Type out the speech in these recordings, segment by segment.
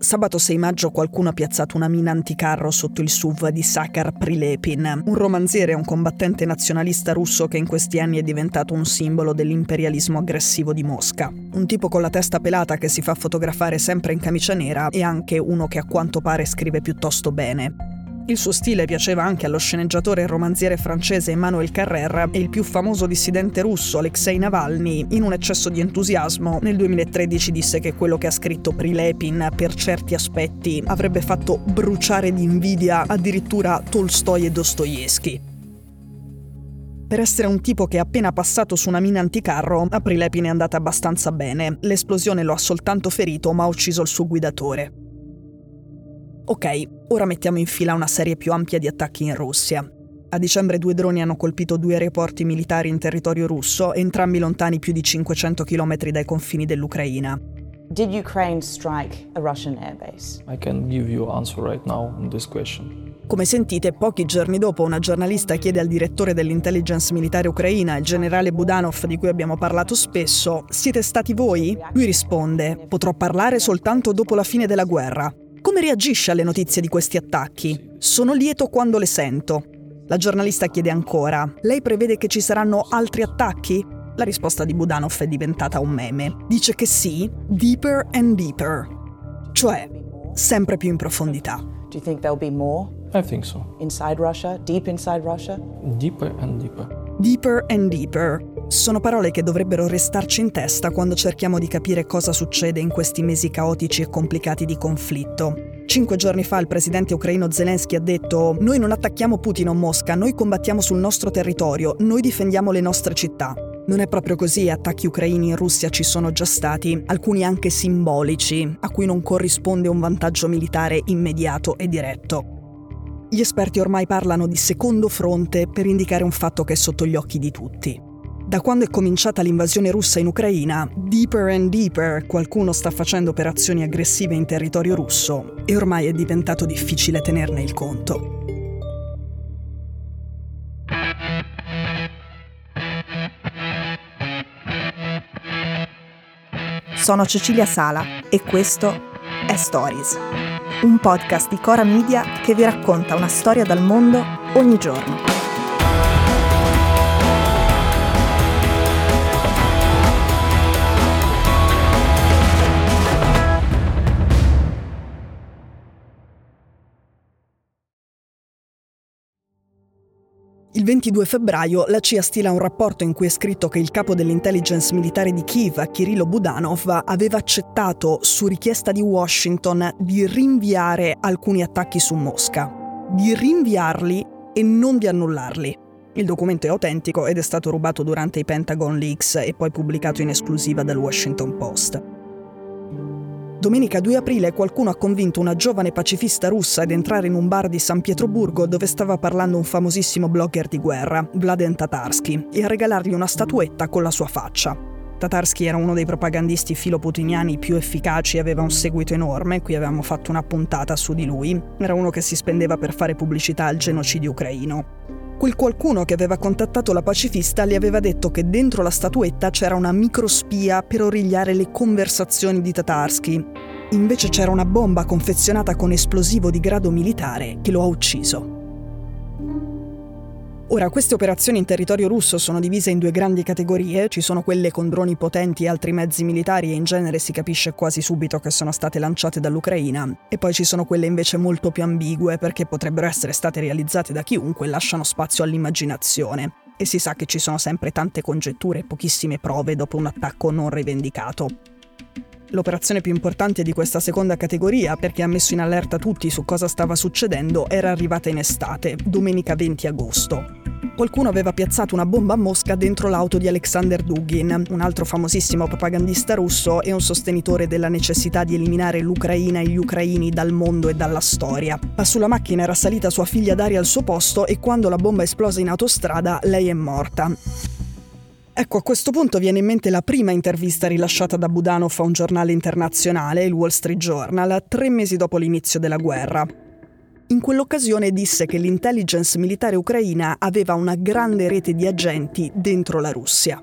Sabato 6 maggio qualcuno ha piazzato una mina anticarro sotto il SUV di Sakhar Prilepin, un romanziere e un combattente nazionalista russo che in questi anni è diventato un simbolo dell'imperialismo aggressivo di Mosca. Un tipo con la testa pelata che si fa fotografare sempre in camicia nera e anche uno che a quanto pare scrive piuttosto bene. Il suo stile piaceva anche allo sceneggiatore e romanziere francese Emmanuel Carrère e il più famoso dissidente russo Alexei Navalny, in un eccesso di entusiasmo, nel 2013 disse che quello che ha scritto Prilepin per certi aspetti avrebbe fatto bruciare di invidia addirittura Tolstoi e Dostoevskij. Per essere un tipo che è appena passato su una mina anticarro, a Prilepin è andata abbastanza bene. L'esplosione lo ha soltanto ferito, ma ha ucciso il suo guidatore. Ok, ora mettiamo in fila una serie più ampia di attacchi in Russia. A dicembre 2 droni hanno colpito 2 aeroporti militari in territorio russo, entrambi lontani più di 500 km dai confini dell'Ucraina. Did Ukraine strike a Russian airbase? I can give you answer right now on this question. Come sentite, pochi giorni dopo una giornalista chiede al direttore dell'intelligence militare ucraina, il generale Budanov, di cui abbiamo parlato spesso, «Siete stati voi?» Lui risponde, «Potrò parlare soltanto dopo la fine della guerra». Come reagisce alle notizie di questi attacchi? Sono lieto quando le sento. La giornalista chiede ancora, lei prevede che ci saranno altri attacchi? La risposta di Budanov è diventata un meme. Dice che sì, deeper and deeper. Cioè, sempre più in profondità. Do you think there'll be more? I think so. Inside Russia? Deep inside Russia? Deeper and deeper. Deeper and deeper. Sono parole che dovrebbero restarci in testa quando cerchiamo di capire cosa succede in questi mesi caotici e complicati di conflitto. 5 giorni fa il presidente ucraino Zelensky ha detto «Noi non attacchiamo Putin o Mosca, noi combattiamo sul nostro territorio, noi difendiamo le nostre città». Non è proprio così, attacchi ucraini in Russia ci sono già stati, alcuni anche simbolici, a cui non corrisponde un vantaggio militare immediato e diretto. Gli esperti ormai parlano di secondo fronte per indicare un fatto che è sotto gli occhi di tutti. Da quando è cominciata l'invasione russa in Ucraina, deeper and deeper, qualcuno sta facendo operazioni aggressive in territorio russo e ormai è diventato difficile tenerne il conto. Sono Cecilia Sala e questo è Stories, un podcast di Cora Media che vi racconta una storia dal mondo ogni giorno. Il 22 febbraio la CIA stila un rapporto in cui è scritto che il capo dell'intelligence militare di Kiev, Kirillo Budanov, aveva accettato, su richiesta di Washington, di rinviare alcuni attacchi su Mosca. Di rinviarli e non di annullarli. Il documento è autentico ed è stato rubato durante i Pentagon Leaks e poi pubblicato in esclusiva dal Washington Post. Domenica 2 aprile qualcuno ha convinto una giovane pacifista russa ad entrare in un bar di San Pietroburgo dove stava parlando un famosissimo blogger di guerra, Mladen Tatarsky, e a regalargli una statuetta con la sua faccia. Tatarsky era uno dei propagandisti filoputiniani più efficaci e aveva un seguito enorme, qui avevamo fatto una puntata su di lui. Era uno che si spendeva per fare pubblicità al genocidio ucraino. Quel qualcuno che aveva contattato la pacifista le aveva detto che dentro la statuetta c'era una microspia per origliare le conversazioni di Tatarsky. Invece c'era una bomba confezionata con esplosivo di grado militare che lo ha ucciso. Ora, queste operazioni in territorio russo sono divise in 2 grandi categorie. Ci sono quelle con droni potenti e altri mezzi militari e in genere si capisce quasi subito che sono state lanciate dall'Ucraina. E poi ci sono quelle invece molto più ambigue perché potrebbero essere state realizzate da chiunque e lasciano spazio all'immaginazione. E si sa che ci sono sempre tante congetture e pochissime prove dopo un attacco non rivendicato. L'operazione più importante di questa seconda categoria, perché ha messo in allerta tutti su cosa stava succedendo, era arrivata in estate, domenica 20 agosto. Qualcuno aveva piazzato una bomba a Mosca dentro l'auto di Alexander Dugin, un altro famosissimo propagandista russo e un sostenitore della necessità di eliminare l'Ucraina e gli ucraini dal mondo e dalla storia. Ma sulla macchina era salita sua figlia Daria al suo posto e quando la bomba è esplosa in autostrada, lei è morta. Ecco, a questo punto viene in mente la prima intervista rilasciata da Budanov a un giornale internazionale, il Wall Street Journal, 3 mesi dopo l'inizio della guerra. In quell'occasione disse che l'intelligence militare ucraina aveva una grande rete di agenti dentro la Russia.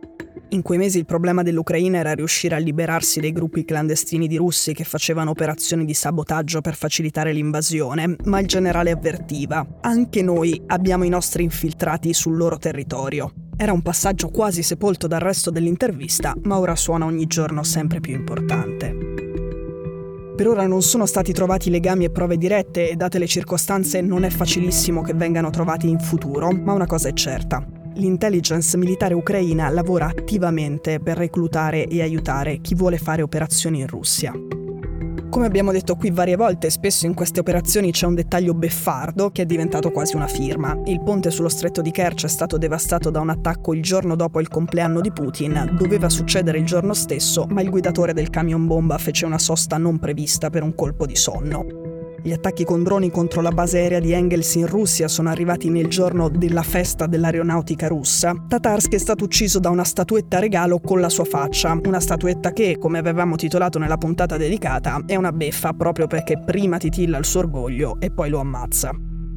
In quei mesi il problema dell'Ucraina era riuscire a liberarsi dei gruppi clandestini di russi che facevano operazioni di sabotaggio per facilitare l'invasione, ma il generale avvertiva: anche noi abbiamo i nostri infiltrati sul loro territorio. Era un passaggio quasi sepolto dal resto dell'intervista, ma ora suona ogni giorno sempre più importante. Per ora non sono stati trovati legami e prove dirette e, date le circostanze, non è facilissimo che vengano trovati in futuro, ma una cosa è certa: l'intelligence militare ucraina lavora attivamente per reclutare e aiutare chi vuole fare operazioni in Russia. Come abbiamo detto qui varie volte, spesso in queste operazioni c'è un dettaglio beffardo che è diventato quasi una firma. Il ponte sullo stretto di Kerch è stato devastato da un attacco il giorno dopo il compleanno di Putin. Doveva succedere il giorno stesso, ma il guidatore del camion bomba fece una sosta non prevista per un colpo di sonno. Gli attacchi con droni contro la base aerea di Engels in Russia sono arrivati nel giorno della festa dell'aeronautica russa. Tatarsk è stato ucciso da una statuetta regalo con la sua faccia, una statuetta che, come avevamo titolato nella puntata dedicata, è una beffa proprio perché prima titilla il suo orgoglio e poi lo ammazza.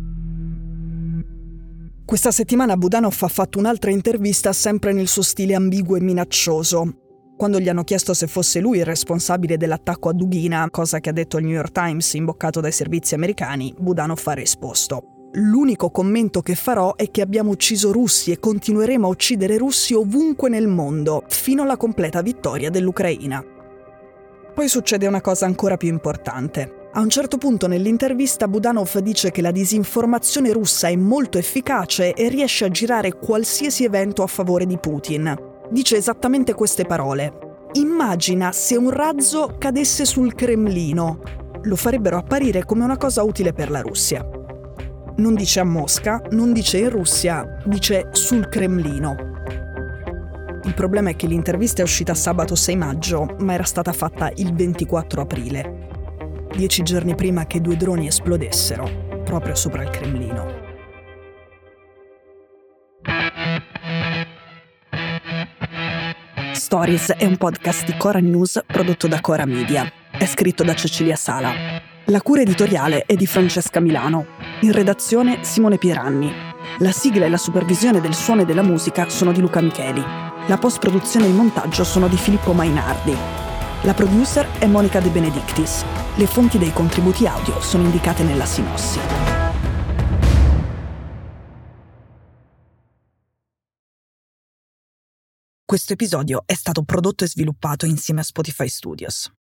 Questa settimana Budanov ha fatto un'altra intervista sempre nel suo stile ambiguo e minaccioso. Quando gli hanno chiesto se fosse lui il responsabile dell'attacco a Dugina, cosa che ha detto il New York Times imboccato dai servizi americani, Budanov ha risposto: l'unico commento che farò è che abbiamo ucciso russi e continueremo a uccidere russi ovunque nel mondo, fino alla completa vittoria dell'Ucraina. Poi succede una cosa ancora più importante. A un certo punto nell'intervista Budanov dice che la disinformazione russa è molto efficace e riesce a girare qualsiasi evento a favore di Putin. Dice esattamente queste parole: immagina se un razzo cadesse sul Cremlino. Lo farebbero apparire come una cosa utile per la Russia. Non dice a Mosca, non dice in Russia, dice sul Cremlino. Il problema è che l'intervista è uscita sabato 6 maggio, ma era stata fatta il 24 aprile, 10 giorni prima che 2 droni esplodessero proprio sopra il Cremlino. Stories è un podcast di Cora News prodotto da Cora Media. È scritto da Cecilia Sala. La cura editoriale è di Francesca Milano. In redazione Simone Pieranni. La sigla e la supervisione del suono e della musica sono di Luca Micheli. La post-produzione e il montaggio sono di Filippo Mainardi. La producer è Monica De Benedictis. Le fonti dei contributi audio sono indicate nella sinossi. Questo episodio è stato prodotto e sviluppato insieme a Spotify Studios.